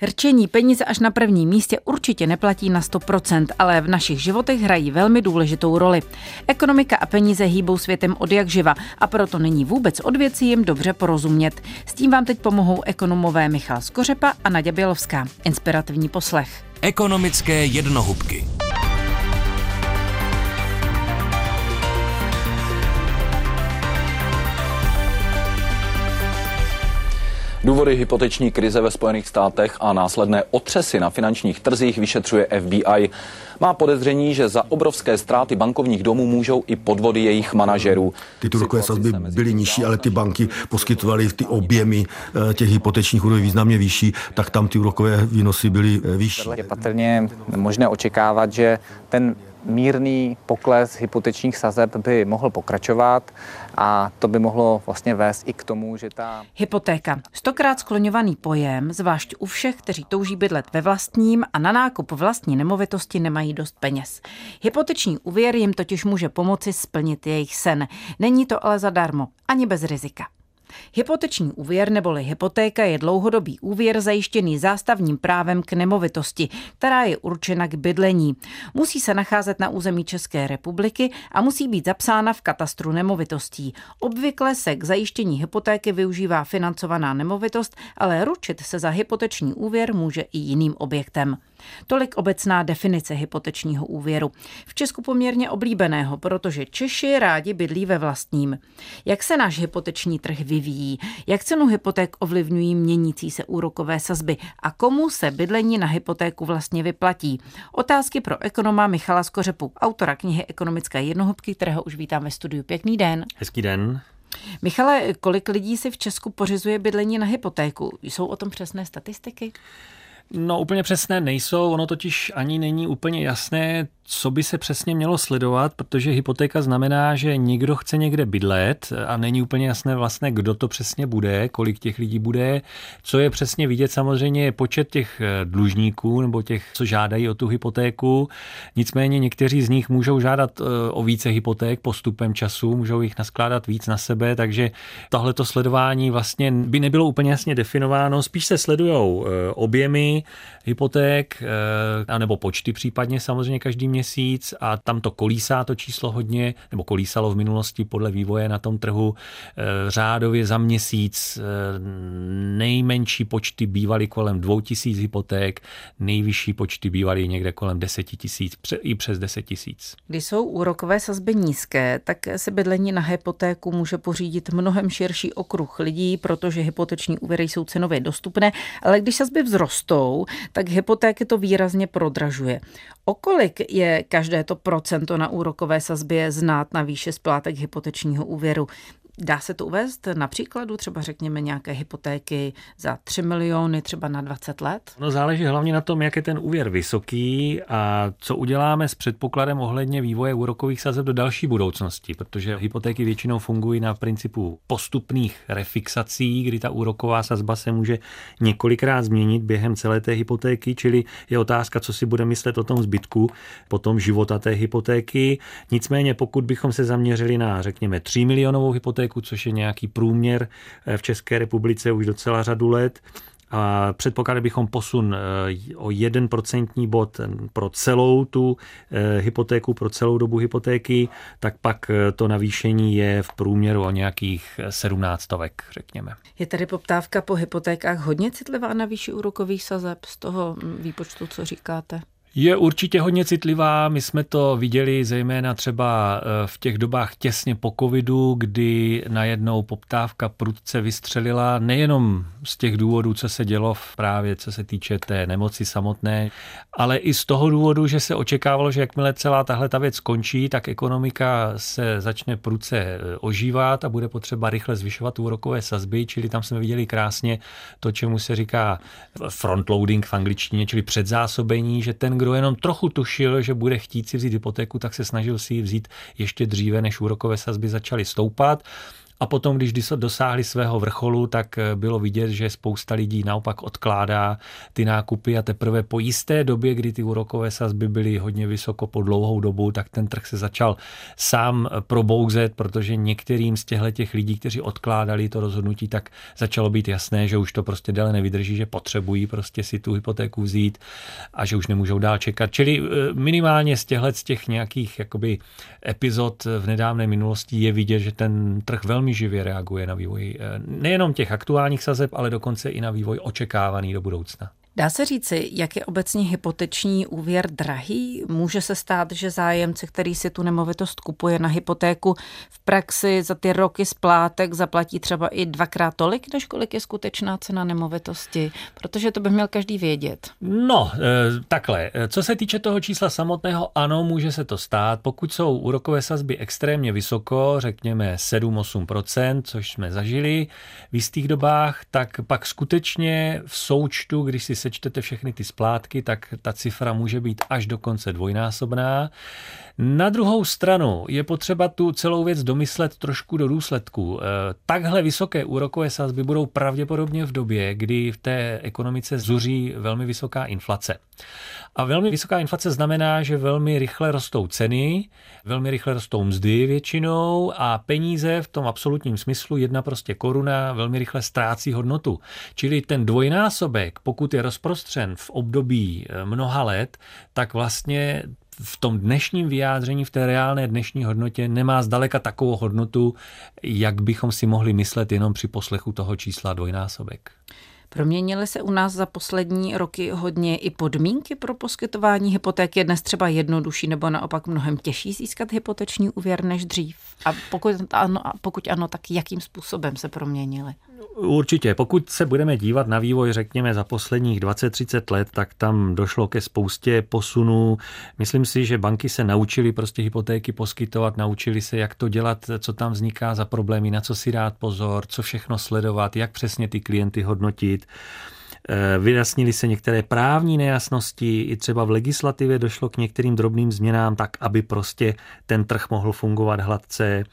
Rčení peníze až na prvním místě určitě neplatí na 100%, ale v našich životech hrají velmi důležitou roli. Ekonomika a peníze hýbou světem odjakživa a proto není vůbec od věcí jim dobře porozumět. S tím vám teď pomohou ekonomové Michal Skořepa a Naďa Bělovská. Inspirativní poslech. Ekonomické jednohubky. Důvody hypoteční krize ve Spojených státech a následné otřesy na finančních trzích vyšetřuje FBI. Má podezření, že za obrovské ztráty bankovních domů můžou i podvody jejich manažerů. Ty úrokové sazby byly nižší, ale ty banky poskytovaly ty objemy těch hypotečních úvěrů významně vyšší, tak tam ty úrokové výnosy byly vyšší. Je patrně možné očekávat, že ten mírný pokles hypotečních sazeb by mohl pokračovat a to by mohlo vlastně vést i k tomu, že ta hypotéka. 100krát skloňovaný pojem, zvlášť u všech, kteří touží bydlet ve vlastním a na nákup vlastní nemovitosti nemají dost peněz. Hypoteční úvěr jim totiž může pomoci splnit jejich sen. Není to ale zadarmo, ani bez rizika. Hypoteční úvěr neboli hypotéka je dlouhodobý úvěr zajištěný zástavním právem k nemovitosti, která je určena k bydlení. Musí se nacházet na území České republiky a musí být zapsána v katastru nemovitostí. Obvykle se k zajištění hypotéky využívá financovaná nemovitost, ale ručit se za hypoteční úvěr může i jiným objektem. Tolik obecná definice hypotečního úvěru. V Česku poměrně oblíbeného, protože Češi rádi bydlí ve vlastním. Jak se náš hypoteční trh vyvíjí? Jak cenu hypoték ovlivňují měnící se úrokové sazby? A komu se bydlení na hypotéku vlastně vyplatí? Otázky pro ekonoma Michala Skořepu, autora knihy Ekonomické jednohubky, kterého už vítám ve studiu. Pěkný den. Hezký den. Michale, kolik lidí si v Česku pořizuje bydlení na hypotéku? Jsou o tom přesné statistiky? No úplně přesné nejsou, ono totiž ani není úplně jasné, co by se přesně mělo sledovat, protože hypotéka znamená, že někdo chce někde bydlet a není úplně jasné vlastně, kdo to přesně bude, kolik těch lidí bude. Co je přesně vidět, samozřejmě je počet těch dlužníků nebo těch, co žádají o tu hypotéku. Nicméně někteří z nich můžou žádat o více hypoték postupem času, můžou jich naskládat víc na sebe, takže tohleto sledování vlastně by nebylo úplně jasně definováno. Spíš se sledujou objemy hypoték, anebo počty případně samozřejmě každý měsíc a tam to kolísá to číslo hodně, nebo kolísalo v minulosti podle vývoje na tom trhu. Řádově za měsíc nejmenší počty bývaly kolem 2000 hypoték, nejvyšší počty bývaly někde kolem 10 000, i přes 10 000. Když jsou úrokové sazby nízké, tak se bydlení na hypotéku může pořídit mnohem širší okruh lidí, protože hypoteční úvěry jsou cenově dostupné, ale když sazby vzrostou, tak hypotéky to výrazně prodražuje. O kolik je každé to procento na úrokové sazbě znát na výši splátek hypotečního úvěru? Dá se to uvést na příkladu, třeba řekněme nějaké hypotéky za 3 miliony, třeba na 20 let? No záleží hlavně na tom, jak je ten úvěr vysoký a co uděláme s předpokladem ohledně vývoje úrokových sazeb do další budoucnosti, protože hypotéky většinou fungují na principu postupných refixací, kdy ta úroková sazba se může několikrát změnit během celé té hypotéky, čili je otázka, co si bude myslet o tom zbytku potom života té hypotéky. Nicméně pokud bychom se zaměřili na, řekněme, 3 milionovou hypotéku, což je nějaký průměr v České republice už docela řadu let. A předpokládali bychom posun o 1% bod pro celou tu hypotéku, pro celou dobu hypotéky, tak pak to navýšení je v průměru o nějakých 17 stovek, řekněme. Je tady poptávka po hypotékách hodně citlivá na výši úrokových sazeb z toho výpočtu, co říkáte? Je určitě hodně citlivá, my jsme to viděli zejména třeba v těch dobách těsně po covidu, kdy najednou poptávka prudce vystřelila, nejenom z těch důvodů, co se dělo právě co se týče té nemoci samotné, ale i z toho důvodu, že se očekávalo, že jakmile celá tahle ta věc skončí, tak ekonomika se začne prudce ožívat a bude potřeba rychle zvyšovat úrokové sazby, čili tam jsme viděli krásně to, čemu se říká frontloading v angličtině, čili předzásobení, že ten, kdo jenom trochu tušil, že bude chtít si vzít hypotéku, tak se snažil si ji vzít ještě dříve, než úrokové sazby začaly stoupat. a potom, když dosáhli svého vrcholu, tak bylo vidět, že spousta lidí naopak odkládá ty nákupy a teprve po jisté době, kdy ty úrokové sazby byly hodně vysoko po dlouhou dobu, tak ten trh se začal sám probouzet, protože některým z těch lidí, kteří odkládali to rozhodnutí, tak začalo být jasné, že už to prostě déle nevydrží, že potřebují prostě si tu hypotéku vzít a že už nemůžou dál čekat. Čili minimálně z těch nějakých jakoby epizod v nedávné minulosti je vidět, že ten trh velmi živě reaguje na vývoj nejenom těch aktuálních sazeb, ale dokonce i na vývoj očekávaný do budoucna. Dá se říci, jak je obecně hypoteční úvěr drahý? Může se stát, že zájemce, který si tu nemovitost kupuje na hypotéku, v praxi za ty roky splátek zaplatí třeba i 2x tolik, než kolik je skutečná cena nemovitosti? Protože to by měl každý vědět. No, takhle. Co se týče toho čísla samotného, ano, může se to stát. Pokud jsou úrokové sazby extrémně vysoko, řekněme 7-8%, což jsme zažili v jistých dobách, tak pak skutečně v součtu, když si sečtete všechny ty splátky, tak ta cifra může být až dokonce dvojnásobná. Na druhou stranu je potřeba tu celou věc domyslet trošku do důsledku. Takhle vysoké úrokové sazby budou pravděpodobně v době, kdy v té ekonomice zuří velmi vysoká inflace. A velmi vysoká inflace znamená, že velmi rychle rostou ceny, velmi rychle rostou mzdy většinou a peníze v tom absolutním smyslu, jedna prostě koruna, velmi rychle ztrácí hodnotu. Čili ten dvojnásobek, pokud je rozprostřen v období mnoha let, tak vlastně v tom dnešním vyjádření, v té reálné dnešní hodnotě nemá zdaleka takovou hodnotu, jak bychom si mohli myslet jenom při poslechu toho čísla dvojnásobek. Proměnily se u nás za poslední roky hodně i podmínky pro poskytování hypoték? Je dnes třeba jednodušší nebo naopak mnohem těžší získat hypoteční úvěr než dřív? A pokud ano, tak jakým způsobem se proměnily? Určitě. Pokud se budeme dívat na vývoj, řekněme, za posledních 20-30 let, tak tam došlo ke spoustě posunů. Myslím si, že banky se naučily prostě hypotéky poskytovat, naučily se, jak to dělat, co tam vzniká za problémy, na co si dát pozor, co všechno sledovat, jak přesně ty klienty hodnotit. Vyjasnily se některé právní nejasnosti, i třeba v legislativě došlo k některým drobným změnám, tak aby prostě ten trh mohl fungovat hladce.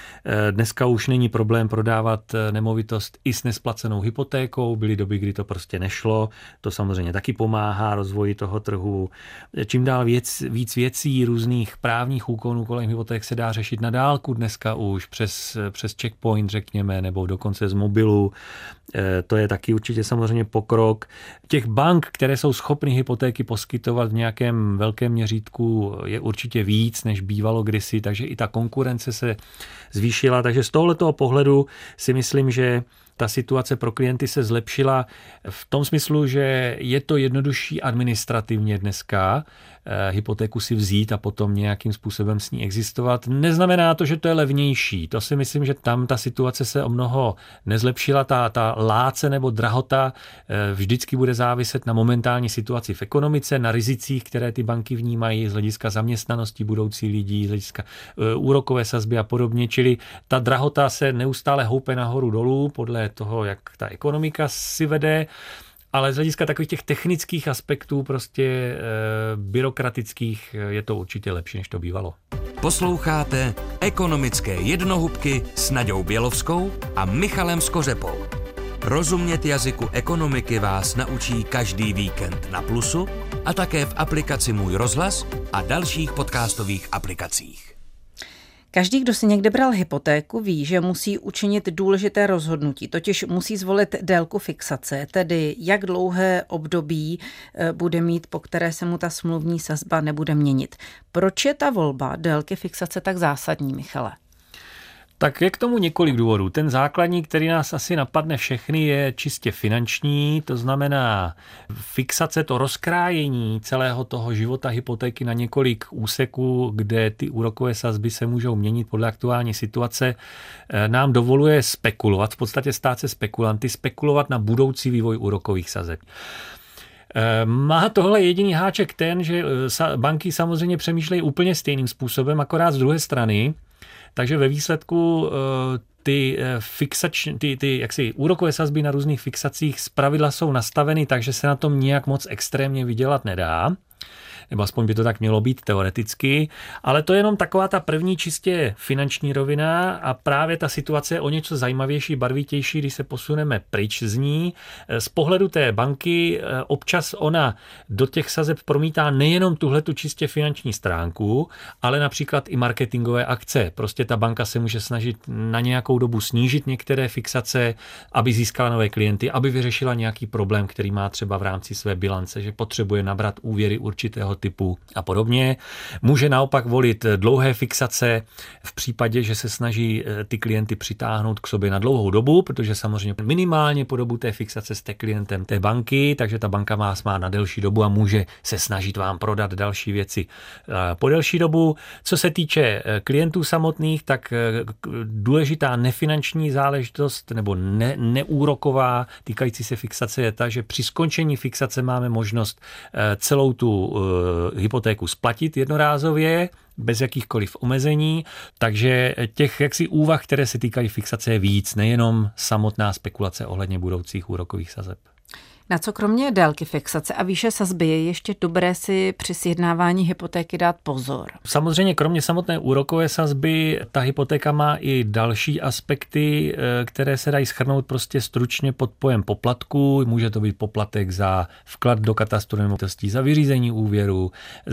Dneska už není problém prodávat nemovitost i s nesplacenou hypotékou, byly doby, kdy to prostě nešlo, to samozřejmě taky pomáhá rozvoji toho trhu. Čím dál víc věcí, různých právních úkonů kolem hypoték se dá řešit na dálku dneska už přes checkpoint, řekněme, nebo dokonce z mobilu. To je taky určitě samozřejmě pokrok. Těch bank, které jsou schopny hypotéky poskytovat v nějakém velkém měřítku, je určitě víc, než bývalo kdysi, takže i ta konkurence se zvýšila. Takže z tohoto pohledu si myslím, že ta situace pro klienty se zlepšila v tom smyslu, že je to jednodušší administrativně dneska hypotéku si vzít a potom nějakým způsobem s ní existovat. Neznamená to, že to je levnější. To si myslím, že tam ta situace se o mnoho nezlepšila. Ta láce nebo drahota vždycky bude záviset na momentální situaci v ekonomice, na rizicích, které ty banky vnímají z hlediska zaměstnanosti budoucí lidí, z hlediska úrokové sazby a podobně. Čili ta drahota se neustále houpe nahoru dolů podle toho, jak ta ekonomika si vede. Ale z hlediska takových těch technických aspektů, prostě byrokratických, je to určitě lepší, než to bývalo. Posloucháte Ekonomické jednohubky s Naďou Bělovskou a Michalem Skořepou. Rozumět jazyku ekonomiky vás naučí každý víkend na Plusu a také v aplikaci Můj rozhlas a dalších podcastových aplikacích. Každý, kdo si někde bral hypotéku, ví, že musí učinit důležité rozhodnutí, totiž musí zvolit délku fixace, tedy jak dlouhé období bude mít, po které se mu ta smluvní sazba nebude měnit. Proč je ta volba délky fixace tak zásadní, Michale? Tak je k tomu několik důvodů. Ten základní, který nás asi napadne všechny, je čistě finanční, to znamená fixace, to rozkrájení celého toho života hypotéky na několik úseků, kde ty úrokové sazby se můžou měnit podle aktuální situace, nám dovoluje spekulovat, v podstatě stát se spekulanty, spekulovat na budoucí vývoj úrokových sazeb. Má tohle jediný háček ten, že banky samozřejmě přemýšlejí úplně stejným způsobem, akorát z druhé strany. Takže ve výsledku ty úrokové sazby na různých fixacích zpravidla jsou nastaveny tak, že se na tom nějak moc extrémně vydělat nedá. nebo aspoň by to tak mělo být teoreticky, ale to je jenom taková ta první čistě finanční rovina a právě ta situace je o něco zajímavější, barvitější, když se posuneme pryč z ní. Z pohledu té banky občas ona do těch sazeb promítá nejenom tuhletu čistě finanční stránku, ale například i marketingové akce. Prostě ta banka se může snažit na nějakou dobu snížit některé fixace, aby získala nové klienty, aby vyřešila nějaký problém, který má třeba v rámci své bilance, že potřebuje nabrat úvěry určitého typu a podobně. Může naopak volit dlouhé fixace v případě, že se snaží ty klienty přitáhnout k sobě na dlouhou dobu, protože samozřejmě minimálně po dobu té fixace jste klientem té banky, takže ta banka vás má na delší dobu a může se snažit vám prodat další věci po delší dobu. Co se týče klientů samotných, tak důležitá nefinanční záležitost nebo neúroková týkající se fixace je ta, že při skončení fixace máme možnost celou tu hypotéku splatit jednorázově, bez jakýchkoliv omezení, takže těch jaksi úvah, které se týkají fixace, je víc, nejenom samotná spekulace ohledně budoucích úrokových sazeb. Na co kromě délky fixace a výše sazby je ještě dobré si při sjednávání hypotéky dát pozor? Samozřejmě kromě samotné úrokové sazby ta hypotéka má i další aspekty, které se dají shrnout prostě stručně pod pojem poplatku. Může to být poplatek za vklad do katastru nemovitostí, za vyřízení úvěru,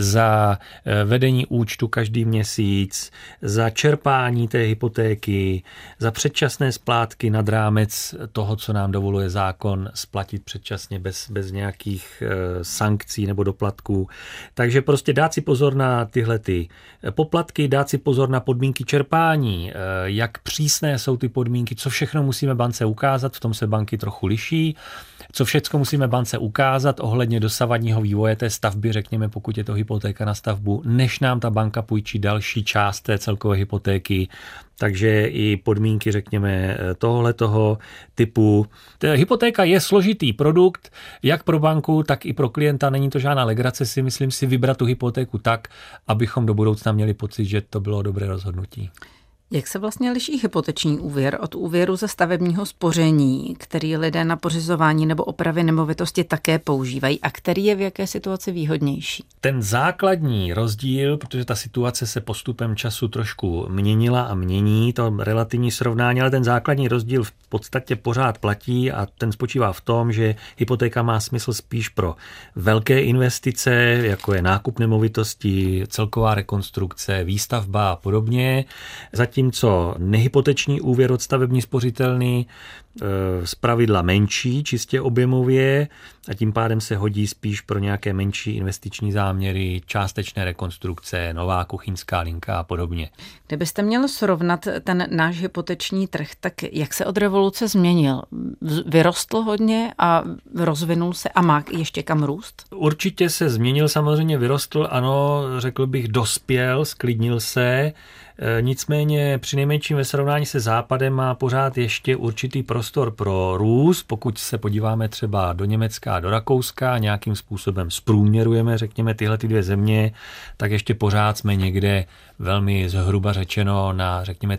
za vedení účtu každý měsíc, za čerpání té hypotéky, za předčasné splátky nad rámec toho, co nám dovoluje zákon splatit předčasně bez nějakých sankcí nebo doplatků. Takže prostě dát si pozor na tyhle ty poplatky, dát si pozor na podmínky čerpání, jak přísné jsou ty podmínky, co všechno musíme bance ukázat, v tom se banky trochu liší, co všechno musíme bance ukázat ohledně dosavadního vývoje té stavby, řekněme, pokud je to hypotéka na stavbu, než nám ta banka půjčí další část té celkové hypotéky. Takže i podmínky, řekněme, tohoto typu. Hypotéka je složitý produkt, jak pro banku, tak i pro klienta. Není to žádná legrace, si myslím si vybrat tu hypotéku tak, abychom do budoucna měli pocit, že to bylo dobré rozhodnutí. Jak se vlastně liší hypoteční úvěr od úvěru ze stavebního spoření, který lidé na pořizování nebo opravy nemovitosti také používají a který je v jaké situaci výhodnější? Ten základní rozdíl, protože ta situace se postupem času trošku měnila a mění, to relativní srovnání, ale ten základní rozdíl v podstatě pořád platí a ten spočívá v tom, že hypotéka má smysl spíš pro velké investice, jako je nákup nemovitostí, celková rekonstrukce, výstavba a podobně. Zatímco nehypoteční úvěr od stavební spořitelny zpravidla menší, čistě objemově a tím pádem se hodí spíš pro nějaké menší investiční záměry, částečné rekonstrukce, nová kuchyňská linka a podobně. Kdybyste měl srovnat ten náš hypoteční trh, tak jak se od revoluce změnil? Vyrostl hodně a rozvinul se a má ještě kam růst? Určitě se změnil, samozřejmě vyrostl, ano, řekl bych dospěl, sklidnil se. Nicméně přinejmenším ve srovnání se Západem má pořád ještě určitý prostor pro růst. Pokud se podíváme třeba do Německa a do Rakouska, nějakým způsobem zprůměrujeme, řekněme, tyhle ty dvě země, tak ještě pořád jsme někde velmi zhruba řečeno na, řekněme,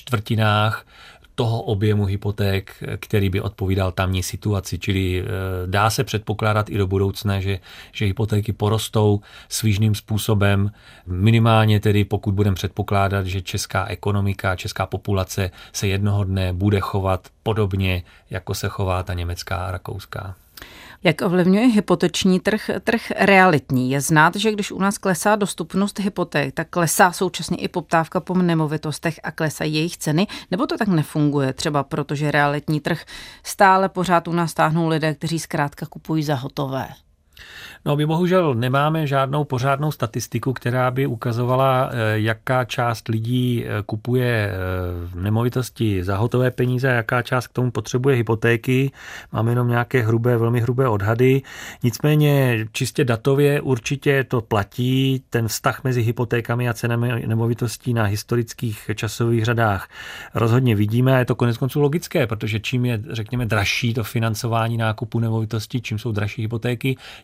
3/4 toho objemu hypoték, který by odpovídal tamní situaci. Čili dá se předpokládat i do budoucna, že hypotéky porostou svížným způsobem. Minimálně tedy, pokud budeme předpokládat, že česká ekonomika, česká populace se jednoho dne bude chovat podobně, jako se chová ta německá a rakouská. Jak ovlivňuje hypoteční trh realitní? Je znát, že když u nás klesá dostupnost hypoték, tak klesá současně i poptávka po nemovitostech a klesají jejich ceny? Nebo to tak nefunguje? Třeba protože realitní trh stále pořád u nás táhnou lidé, kteří zkrátka kupují za hotové. No, my bohužel nemáme žádnou pořádnou statistiku, která by ukazovala, jaká část lidí kupuje nemovitosti za hotové peníze a jaká část k tomu potřebuje hypotéky. Máme jenom nějaké velmi hrubé odhady. Nicméně čistě datově určitě to platí. Ten vztah mezi hypotékami a cenami nemovitostí na historických časových řadách rozhodně vidíme a je to koneckonců logické, protože čím je, řekněme, dražší to financování nákupu nemovitostí, čím jsou dražší hypotéky, tím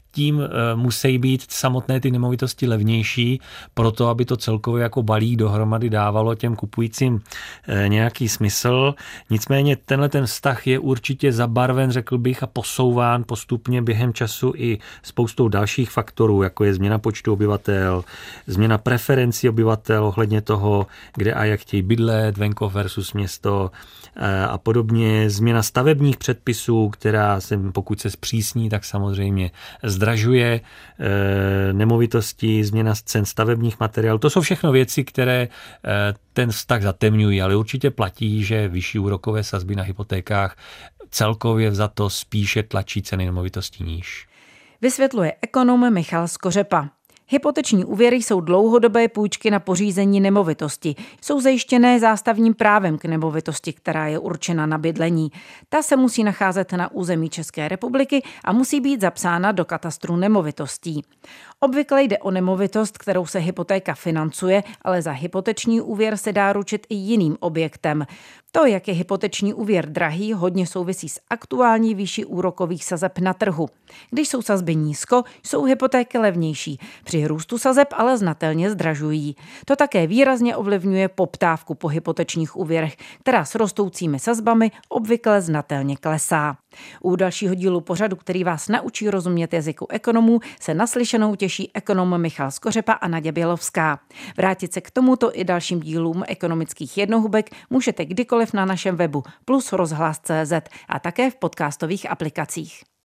musí být samotné ty nemovitosti levnější, proto aby to celkově jako balík dohromady dávalo těm kupujícím nějaký smysl. Nicméně tenhle ten vztah je určitě zabarven, řekl bych, a posouván postupně během času i spoustou dalších faktorů, jako je změna počtu obyvatel, změna preferencí obyvatel ohledně toho, kde a jak chtějí bydlet, venkov versus město a podobně. Změna stavebních předpisů, která se, pokud se zpřísní, tak samozřejmě zdražuje nemovitosti, změna cen stavebních materiálů. To jsou všechno věci, které ten vztah zatemňují, ale určitě platí, že vyšší úrokové sazby na hypotékách celkově vzato spíše tlačí ceny nemovitostí níž. Vysvětluje ekonom Michal Skořepa. Hypoteční úvěry jsou dlouhodobé půjčky na pořízení nemovitosti. Jsou zajištěné zástavním právem k nemovitosti, která je určena na bydlení. Ta se musí nacházet na území České republiky a musí být zapsána do katastru nemovitostí. Obvykle jde o nemovitost, kterou se hypotéka financuje, ale za hypoteční úvěr se dá ručit i jiným objektem. To, jak je hypoteční úvěr drahý, hodně souvisí s aktuální výší úrokových sazeb na trhu. Když jsou sazby nízko, jsou hypotéky levnější. Při růstu sazeb ale znatelně zdražují. To také výrazně ovlivňuje poptávku po hypotečních úvěrech, která s rostoucími sazbami obvykle znatelně klesá. U dalšího dílu pořadu, který vás naučí rozumět jazyku ekonomů, se naslyšenou těší ekonom Michal Skořepa a Naděja Bělovská. Vrátit se k tomuto i dalším dílům ekonomických jednohubek můžete kdykoliv na našem webu plus rozhlas.cz a také v podcastových aplikacích.